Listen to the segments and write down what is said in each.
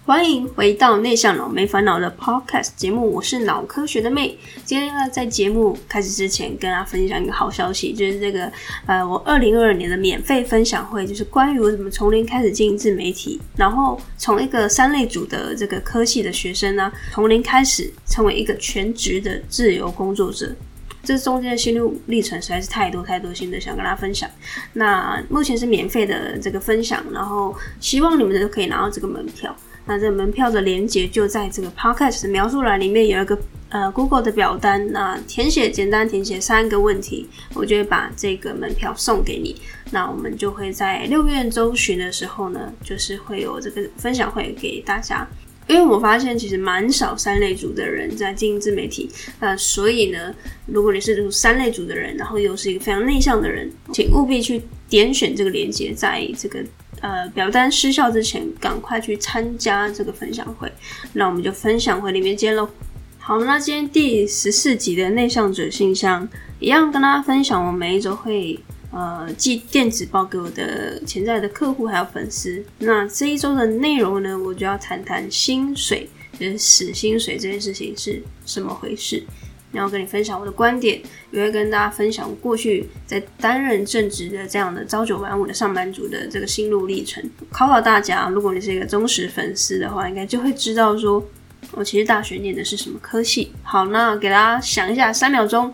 欢迎回到内向脑没烦恼的 Podcast 节目，我是脑科学的妹。今天要在节目开始之前跟大家分享一个好消息，就是这个我2022年的免费分享会，就是关于我怎么从零开始经营自媒体，然后从一个3类组的这个科系的学生呢，从零开始成为一个全职的自由工作者。这中间的心路历程实在是太多心得想跟大家分享。那目前是免费的这个分享，然后希望你们都可以拿到这个门票。那这个门票的连结就在这个 podcast 的描述栏里面有一个Google 的表单，那简单填写3个问题，我就会把这个门票送给你。那我们就会在6月中旬的时候呢，就是会有这个分享会给大家。因为我发现其实蛮少3类组的人在经营自媒体，所以呢，如果你是3类组的人，然后又是一个非常内向的人，请务必去点选这个连结，在这个表单失效之前赶快去参加这个分享会。那我们就分享会里面见咯。好，那今天第14集的内向者信箱一样跟大家分享，我每一周会寄电子报给我的潜在的客户还有粉丝。那这一周的内容呢，我就要谈谈薪水，就是死薪水这件事情是什么回事，然后跟你分享我的观点，也会跟大家分享过去在担任正职的这样的朝9晚5的上班族的这个心路历程。考考大家，如果你是一个忠实粉丝的话，应该就会知道说我其实大学念的是什么科系。好，那给大家想一下，3秒钟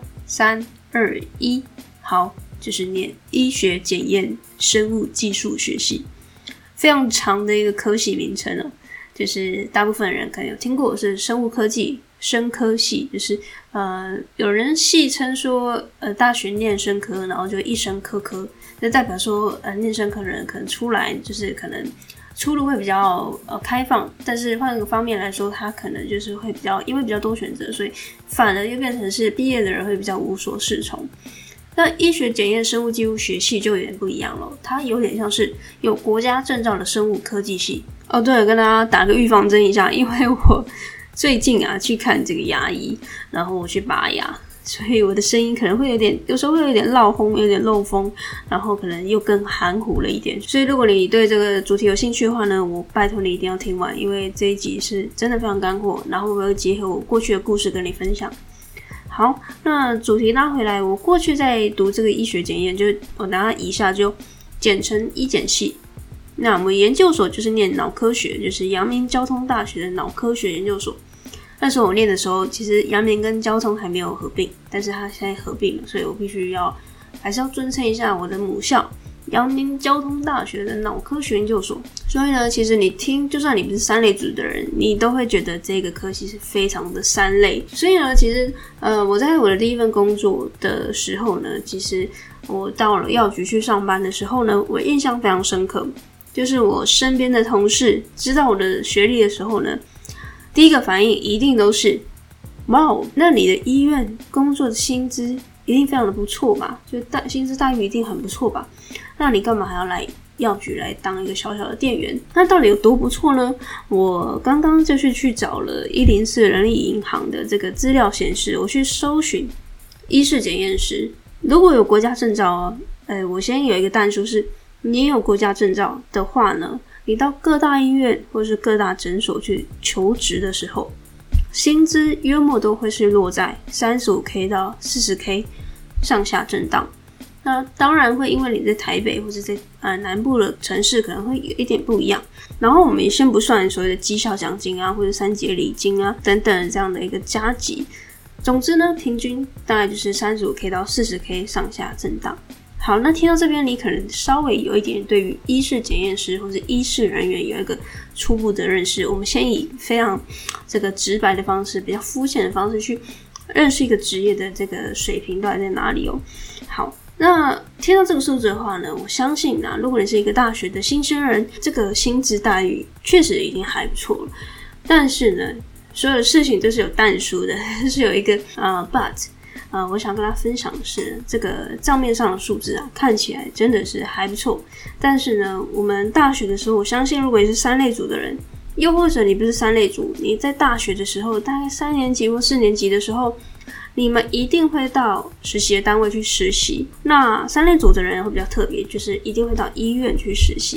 ，3、2、1，好，就是念医学检验生物技术学系，非常长的一个科系名称哦。就是大部分人可能有听过是生物科技生科系，就是有人戏称说大学念生科，然后就一生科科，这代表说念生科的人可能出来就是可能出路会比较开放，但是换个方面来说，他可能就是会因为比较多选择，所以反而又变成是毕业的人会比较无所适从。那医学检验生物技术学系就有点不一样了，它有点像是有国家证照的生物科技系。哦，对了，跟大家打个预防针一下，因为我最近去看这个牙医，然后我去拔牙，所以我的声音可能会有时候会有点落轰，有点漏风，然后可能又更含糊了一点。所以如果你对这个主题有兴趣的话呢，我拜托你一定要听完，因为这一集是真的非常干货，然后我会结合我过去的故事跟你分享。好，那主题拉回来，我过去在读这个医学检验，就是我拿它以下就简称医检系。那我们研究所就是念脑科学，就是阳明交通大学的脑科学研究所。那时候我念的时候，其实阳明跟交通还没有合并，但是它现在合并了，所以我必须还是要尊称一下我的母校阳明交通大学的脑科学研究所。所以呢，其实你听，就算你不是3类组的人，你都会觉得这个科系是非常的3类。所以呢，其实我在我的第一份工作的时候呢，其实我到了药局去上班的时候呢，我印象非常深刻，就是我身边的同事知道我的学历的时候呢，第一个反应一定都是哇，那你的医院工作的薪资一定非常的不错吧，就薪资待遇一定很不错吧，那你干嘛还要来药局来当一个小小的店员？那到底有多不错呢？我刚刚就是去找了104人力银行的这个资料显示，我去搜寻医事检验师，如果有国家证照我先有一个但书是，你有国家证照的话呢，你到各大医院或是各大诊所去求职的时候，薪资约莫都会是落在 35K 到 40K 上下震荡。那当然会因为你在台北或者在南部的城市可能会有一点不一样。然后我们也先不算所谓的绩效奖金或者3节礼金等等这样的一个加级。总之呢，平均大概就是 35K 到 40K 上下震荡。好，那听到这边你可能稍微有一点对于医事检验师或者医事人员有一个初步的认识。我们先以非常这个直白的方式，比较肤浅的方式去认识一个职业的这个水平到底在哪里哦。好，那听到这个数字的话呢，我相信如果你是一个大学的新生人，这个薪资待遇确实已经还不错了。但是呢，所有的事情都是有但书的，是有一个but。我想跟大家分享的是，这个账面上的数字看起来真的是还不错。但是呢，我们大学的时候，我相信如果你是3类组的人，又或者你不是3类组，你在大学的时候，大概3年级或4年级的时候，你们一定会到实习的单位去实习。那3类组的人会比较特别，就是一定会到医院去实习。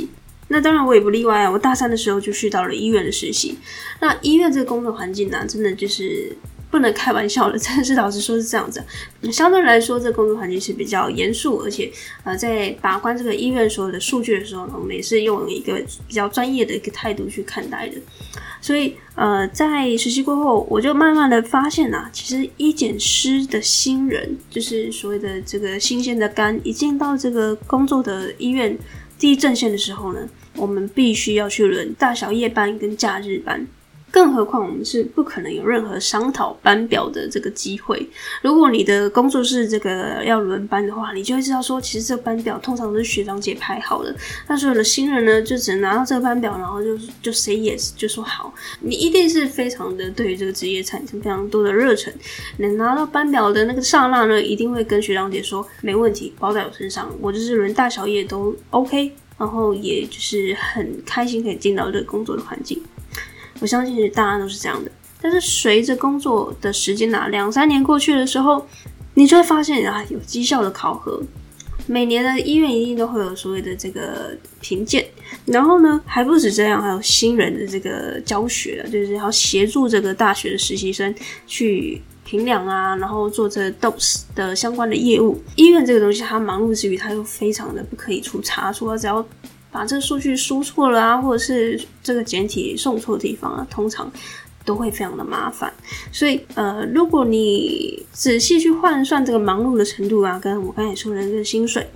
那当然我也不例外啊，我大3的时候就去到了医院的实习。那医院这个工作环境呢，真的就是不能开玩笑的，真的是老实说是这样子。相对来说，这个工作环境是比较严肃，而且在把关这个医院所有的数据的时候呢，我们也是用一个比较专业的一个态度去看待的。所以在实习过后，我就慢慢的发现啊，其实医检师的新人，就是所谓的这个新鲜的肝，一进到这个工作的医院第一阵线的时候呢，我们必须要去轮大小夜班跟假日班。更何况我们是不可能有任何商讨班表的这个机会。如果你的工作是这个要轮班的话，你就会知道说，其实这个班表通常都是学长姐排好的。那所有的新人呢，就只能拿到这个班表，然后就 say yes， 就说好。你一定是非常的对于这个职业产生非常多的热忱。能拿到班表的那个刹那呢，一定会跟学长姐说没问题，包在我身上，我就是轮大小夜都 OK。然后也就是很开心可以进到这个工作的环境。我相信大家都是这样的，但是随着工作的时间2-3年过去的时候，你就会发现有绩效的考核，每年的医院一定都会有所谓的这个评鉴，然后呢还不止这样，还有新人的这个教学，就是要协助这个大学的实习生去评量啊，然后做这 dose 的相关的业务。医院这个东西它忙碌之余，它又非常的不可以出差错，只要把这个数据输错了啊，或者是这个简体送错的地方啊，通常都会非常的麻烦。所以如果你仔细去换算这个忙碌的程度啊，跟我刚才说的这个薪水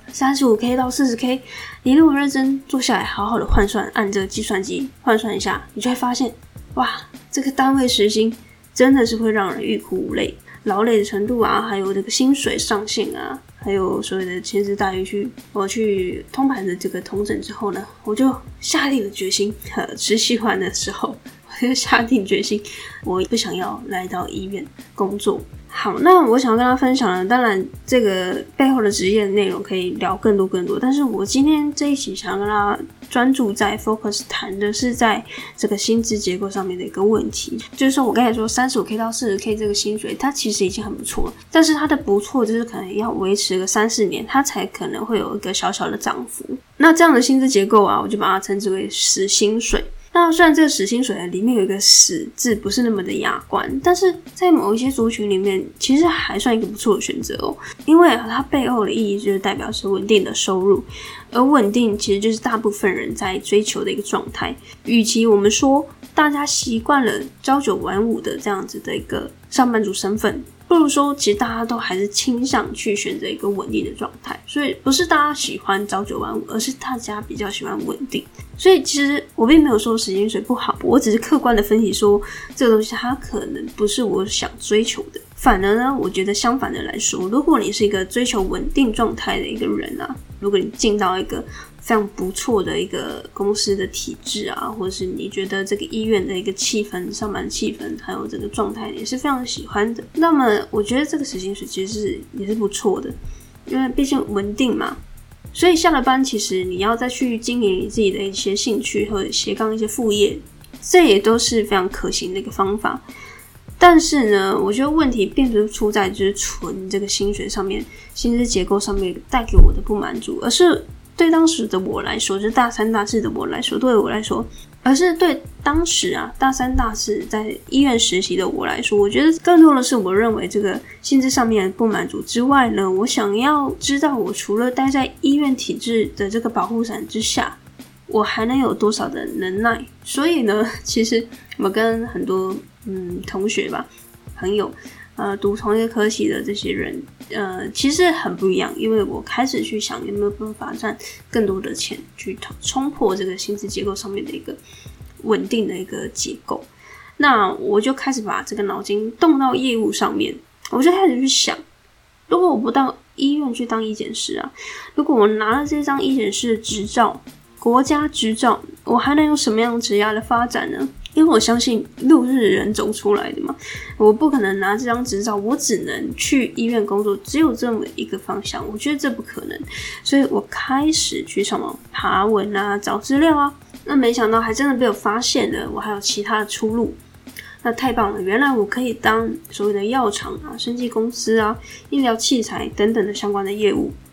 35K 到 40K， 你如果认真坐下来好好的换算，按这个计算机换算一下，你就会发现哇，这个单位时薪真的是会让人欲哭无泪，劳累的程度啊，还有这个薪水上限啊，还有所谓的薪资待遇我去通盘的这个统整之后呢，我就下定了决心，实习完的时候我就下定决心，我不想要来到医院工作。好，那我想要跟大家分享的，当然这个背后的职业内容可以聊更多，但是我今天这一期想要跟大家专注在 focus 谈的是在这个薪资结构上面的一个问题。就是说我刚才说 35K 到 40K 这个薪水，它其实已经很不错了，但是它的不错就是可能要维持个3-4年，它才可能会有一个小小的涨幅。那这样的薪资结构啊，我就把它称之为死薪水。那虽然这个死薪水里面有一个死字不是那么的雅观，但是在某一些族群里面其实还算一个不错的选择哦，因为它背后的意义就是代表是稳定的收入，而稳定其实就是大部分人在追求的一个状态。与其我们说大家习惯了朝9晚5的这样子的一个上班族身份，不如说其实大家都还是倾向去选择一个稳定的状态。所以不是大家喜欢朝9晚5，而是大家比较喜欢稳定。所以其实我并没有说死薪水不好，我只是客观的分析说这个东西它可能不是我想追求的。反而呢，我觉得相反的来说，如果你是一个追求稳定状态的一个人啊，如果你进到一个非常不错的一个公司的体制啊，或者是你觉得这个医院的一个气氛，上班气氛还有这个状态也是非常喜欢的，那么我觉得这个死薪水其实也是不错的，因为毕竟稳定嘛。所以下了班其实你要再去经营你自己的一些兴趣和斜杠一些副业，这也都是非常可行的一个方法。但是呢，我觉得问题并不是出在就是纯这个薪水上面，薪资结构上面带给我的不满足，而是对当时的我来说，就是大3大4的我来说，对我来说，而是对当时啊大3大4在医院实习的我来说，我觉得更多的是我认为这个薪资上面不满足之外呢，我想要知道我除了待在医院体制的这个保护伞之下，我还能有多少的能耐。所以呢，其实我跟很多同学吧朋友读同一个科系的这些人其实很不一样，因为我开始去想有没有办法赚更多的钱去冲破这个薪资结构上面的一个稳定的一个结构。那我就开始把这个脑筋动到业务上面，我就开始去想，如果我不到医院去当医检师啊，如果我拿了这张医检师的执照，国家执照，我还能有什么样职业的发展呢？因为我相信路是人走出来的嘛，我不可能拿这张执照我只能去医院工作，只有这么一个方向，我觉得这不可能。所以我开始去上网爬文啊，找资料啊，那没想到还真的被我发现了我还有其他的出路。那太棒了，原来我可以当所谓的药厂啊、生技公司啊、医疗器材等等的相关的业务。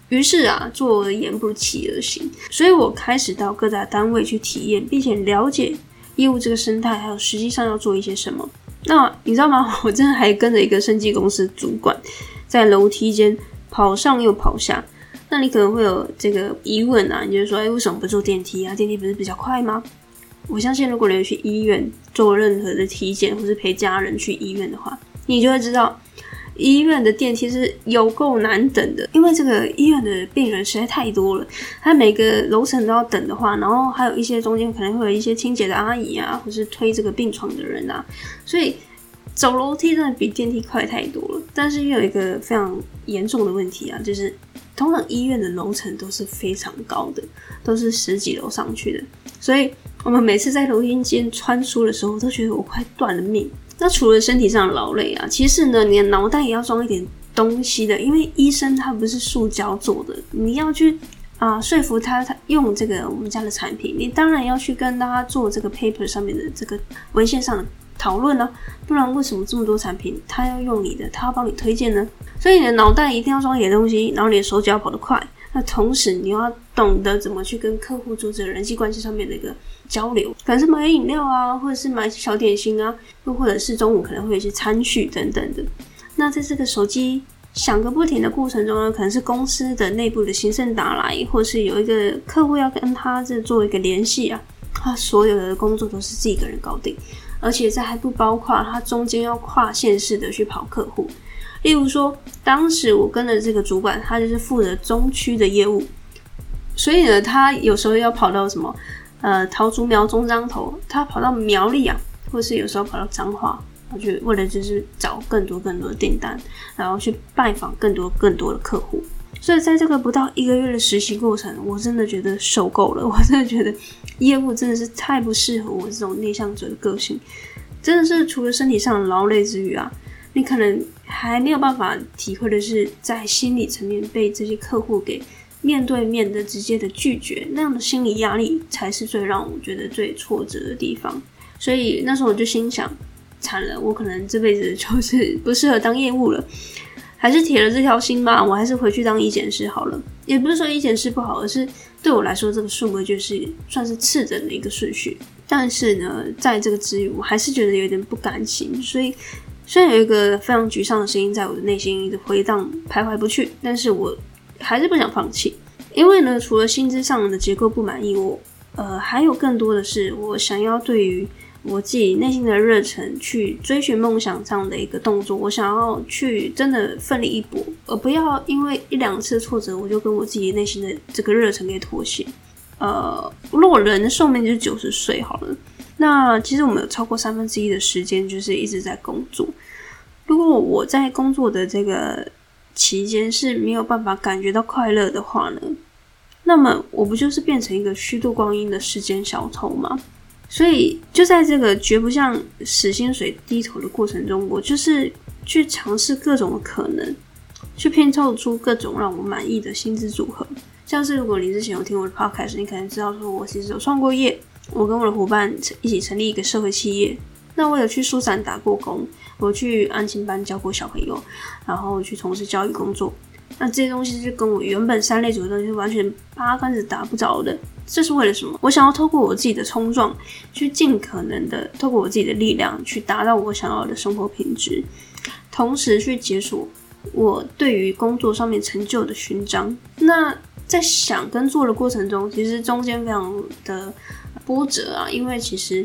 于是啊，坐而言不如起而行，所以我开始到各大单位去体验，并且了解业务这个生态，还有实际上要做一些什么。那你知道吗？我真的还跟着一个生技公司主管在楼梯间跑上又跑下。那你可能会有这个疑问啊，你就说，为什么不坐电梯啊？电梯不是比较快吗？我相信如果你去医院做任何的体检，或是陪家人去医院的话，你就会知道医院的电梯是有够难等的，因为这个医院的病人实在太多了，他每个楼层都要等的话，然后还有一些中间可能会有一些清洁的阿姨啊，或是推这个病床的人啊，所以走楼梯真的比电梯快太多了。但是又有一个非常严重的问题啊，就是通常医院的楼层都是非常高的，都是10几楼上去的，所以我们每次在楼梯间穿梭的时候，都觉得我快断了命。那除了身体上的劳累啊，其实呢，你的脑袋也要装一点东西的，因为医生他不是塑胶做的，你要去说服他用这个我们家的产品，你当然要去跟大家做这个 paper 上面的这个文献上的讨论啊，不然为什么这么多产品他要用你的，他要帮你推荐呢？所以你的脑袋一定要装一点东西，然后你的手脚要跑得快，那同时你要懂得怎么去跟客户做这个人际关系上面的一个交流，可能是买饮料啊，或者是买小点心啊，又或者是中午可能会有一些餐叙等等的。那在这个手机响个不停的过程中呢，可能是公司的内部的行政打来，或是有一个客户要跟他这做一个联系啊，他所有的工作都是自己一个人搞定，而且这还不包括他中间要跨县市的去跑客户。例如说，当时我跟的这个主管，他就是负责中区的业务，所以呢，他有时候要跑到什么桃竹苗中彰投，他跑到苗栗啊，或是有时候跑到彰化，就为了就是找更多的订单，然后去拜访更多的客户。所以在这个不到1个月的实习过程，我真的觉得受够了，我真的觉得业务真的是太不适合我这种内向者的个性，真的是除了身体上的劳累之余啊，你可能还没有办法体会的是，在心理层面被这些客户给面对面的直接的拒绝，那样的心理压力才是最让我觉得最挫折的地方。所以那时候我就心想，惨了，我可能这辈子就是不适合当业务了，还是铁了这条心吧，我还是回去当医检师好了。也不是说医检师不好，而是对我来说这个顺位就是算是次等的一个顺序。但是呢，在这个之余，我还是觉得有点不甘心，所以虽然有一个非常沮丧的声音在我的内心一直回荡徘徊不去，但是我还是不想放弃。因为呢，除了薪资上的结构不满意，我还有更多的是我想要对于我自己内心的热忱去追寻梦想这样的一个动作，我想要去真的奋力一搏，而不要因为1-2次挫折我就跟我自己内心的这个热忱给妥协。如果人的寿命就是90岁好了，那其实我们有超过1/3的时间就是一直在工作。如果我在工作的这个期间是没有办法感觉到快乐的话呢，那么我不就是变成一个虚度光阴的时间小偷吗？所以就在这个绝不向死薪水低头的过程中，我就是去尝试各种的可能，去拼凑出各种让我满意的薪资组合。像是如果你之前有听我的 podcast， 你可能知道说我其实有创过业，我跟我的伙伴一起成立一个社会企业。那我有去书展打过工，我去安亲班教过小朋友，然后去从事教育工作。那这些东西就跟我原本3类组的东西完全8竿子打不着的。这是为了什么？我想要透过我自己的冲撞，去尽可能的透过我自己的力量，去达到我想要的生活品质，同时去解锁我对于工作上面成就的勋章。那在想跟做的过程中，其实中间非常的波折啊，因为其实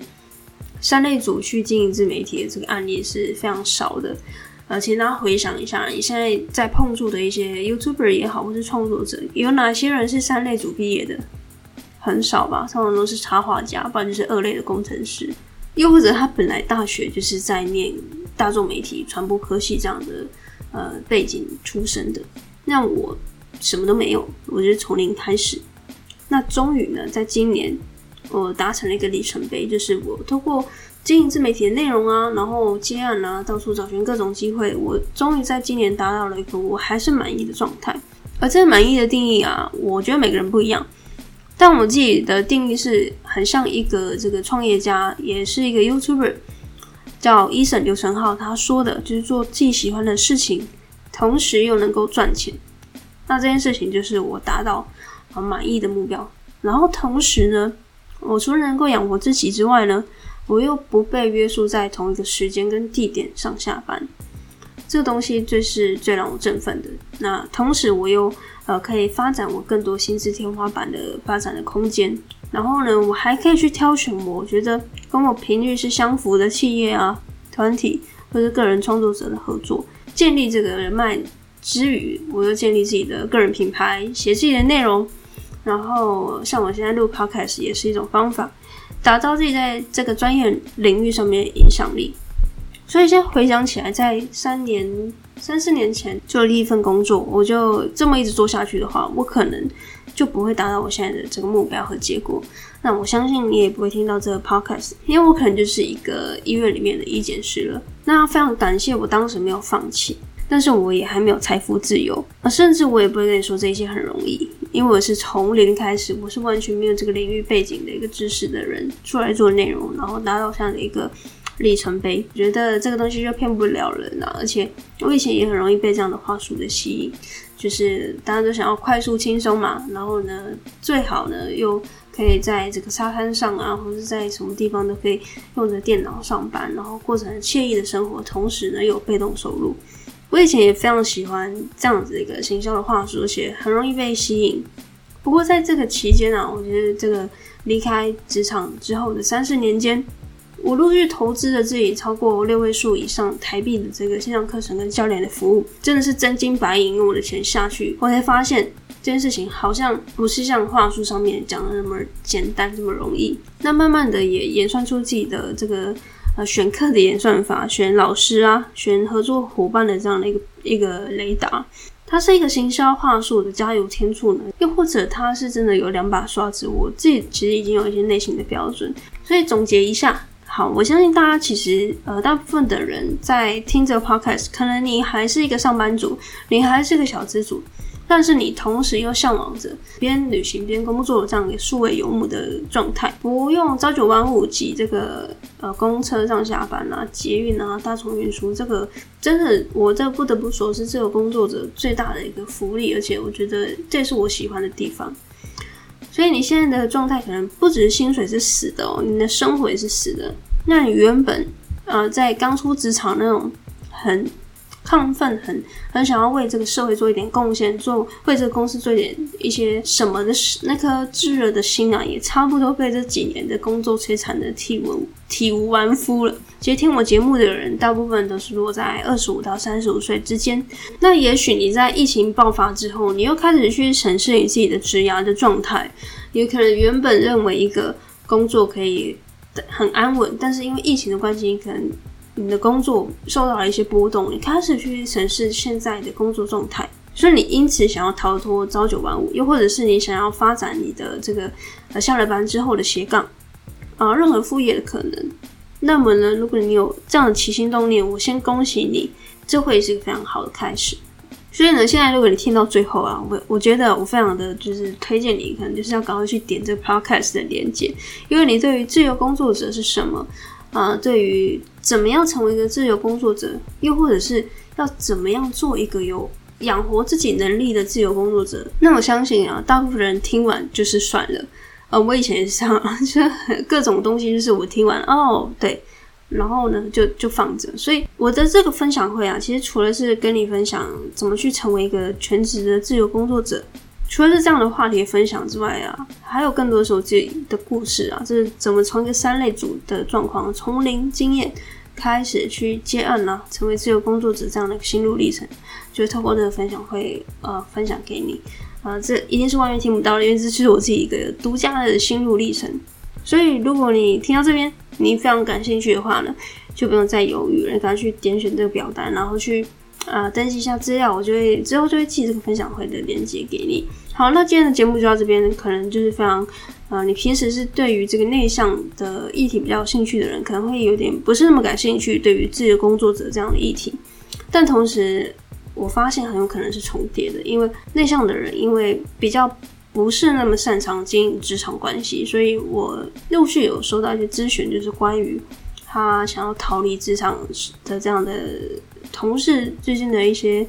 3类组去经营自媒体的这个案例是非常少的。其实大家回想一下，你现在在碰触的一些 YouTuber 也好，或是创作者，有哪些人是3类组毕业的？很少吧，通常都是插画家，不然就是2类的工程师，又或者他本来大学就是在念大众媒体传播科系这样的背景出身的。那我什么都没有，我就是从零开始。那终于呢，在今年我达成了一个里程碑，就是我透过经营自媒体的内容啊，然后接案啊，到处找寻各种机会，我终于在今年达到了一个我还是满意的状态。而这个满意的定义啊，我觉得每个人不一样，但我自己的定义是很像一个这个创业家，也是一个 YouTuber， 叫Eason 刘成浩，他说的就是做自己喜欢的事情，同时又能够赚钱。 那这件事情就是我达到满意的目标。然后同时呢，我除了能够养活自己之外呢，我又不被约束在同一个时间跟地点上下班，这个东西就是最让我振奋的。那同时我又可以发展我更多薪资天花板的发展的空间。然后呢，我还可以去挑选我觉得跟我频率是相符的企业啊、团体或者个人创作者的合作，建立这个人脉之余，我又建立自己的个人品牌，写自己的内容。然后像我现在录 podcast 也是一种方法，打造自己在这个专业领域上面的影响力。所以现在回想起来，在3、4年前做了一份工作，我就这么一直做下去的话，我可能就不会达到我现在的这个目标和结果。那我相信你也不会听到这个 podcast， 因为我可能就是一个医院里面的医检师了。那非常感谢我当时没有放弃，但是我也还没有财富自由，甚至我也不会跟你说这一切很容易，因为我是从零开始，我是完全没有这个领域背景的一个知识的人，出来做内容，然后达到这样的一个里程碑。我觉得这个东西就骗不了人啊，而且我以前也很容易被这样的话术的吸引，就是大家都想要快速轻松嘛，然后呢最好呢又可以在这个沙滩上啊，或者在什么地方都可以用着电脑上班，然后过着很惬意的生活，同时呢又有被动收入。我以前也非常喜欢这样子的一个行销的话术，而且很容易被吸引。不过在这个期间啊，我觉得这个离开职场之后的3、4年间，我陆续投资了自己超过6位数以上台币的这个线上课程跟教练的服务，真的是真金白银用我的钱下去，我才发现这件事情好像不是像话术上面讲的那么简单这么容易。那慢慢的也演算出自己的这个选课的演算法，选老师啊，选合作伙伴的这样的一个雷达。它是一个行销话术的加油添醋呢，又或者它是真的有2把刷子，我自己其实已经有一些内心的标准。所以总结一下，好，我相信大家其实大部分的人在听这个 podcast， 可能你还是一个上班族，你还是个小资族，但是你同时又向往着边旅行边工作的这样一个数位游牧的状态，不用朝9晚5挤这个公车上下班啊、捷运啊、大众运输，这个真的我这不得不说是自由工作者最大的一个福利，而且我觉得这也是我喜欢的地方。所以你现在的状态可能不只是薪水是死的哦，你的生活也是死的。那你原本在刚出职场那种很亢奋、很想要为这个社会做一点贡献，为这个公司做一些什么的那颗炙热的心啊，也差不多被这几年的工作摧残的体无完肤了。其实听我节目的人，大部分都是落在25到35岁之间。那也许你在疫情爆发之后，你又开始去审视你自己的职涯的状态，你可能原本认为一个工作可以很安稳，但是因为疫情的关系，可能你的工作受到了一些波动，你开始去审视现在的工作状态，所以你因此想要逃脱朝9晚5，又或者是你想要发展你的这个下了班之后的斜杠任何副业的可能。那么呢，如果你有这样的起心动念，我先恭喜你，这会是一个非常好的开始。所以呢，现在如果你听到最后啊，我觉得我非常的就是推荐你，可能就是要赶快去点这个 podcast 的连结，因为你对于自由工作者是什么对于怎么样成为一个自由工作者，又或者是要怎么样做一个有养活自己能力的自由工作者，那我相信大部分人听完就是算了。我以前也是这样，就各种东西就是我听完对，然后呢就放着。所以我的这个分享会其实除了是跟你分享怎么去成为一个全职的自由工作者，除了是这样的话题分享之外还有更多是我自己的故事就是怎么从一个3类组的状况，从零经验开始去接案成为自由工作者这样的一个心路历程，就透过这个分享会分享给你这一定是外面听不到的，因为这是我自己一个独家的心路历程。所以如果你听到这边你非常感兴趣的话呢，就不用再犹豫了，你赶快去点选这个表单，然后去登记一下资料，我之后就会寄这个分享会的链接给你。好，那今天的节目就到这边，可能就是非常你平时是对于这个内向的议题比较有兴趣的人，可能会有点不是那么感兴趣对于自由工作者这样的议题，但同时我发现很有可能是重叠的，因为内向的人因为比较不是那么擅长经营职场关系，所以我陆续有收到一些咨询，就是关于他想要逃离职场的这样的同事最近的一些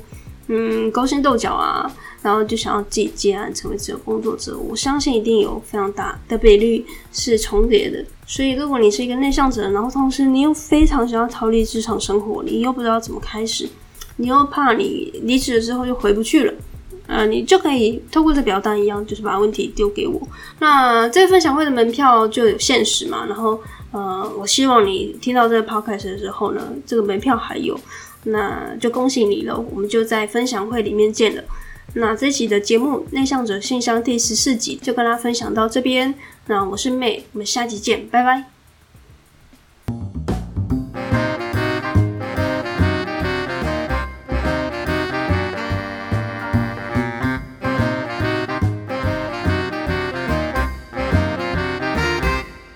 勾心斗角啊，然后就想要自己接案成为自由工作者，我相信一定有非常大的比率是重叠的。所以如果你是一个内向者，然后同时你又非常想要逃离职场生活，你又不知道怎么开始，你又怕你离职了之后就回不去了，你就可以透过这表单一样，就是把问题丢给我。那这个分享会的门票就有限时嘛，然后我希望你听到这个 podcast 的时候呢，这个门票还有，那就恭喜你了，我们就在分享会里面见了。那这期的节目《内向者信箱》第14集就跟大家分享到这边，那我是May，我们下集见，拜拜。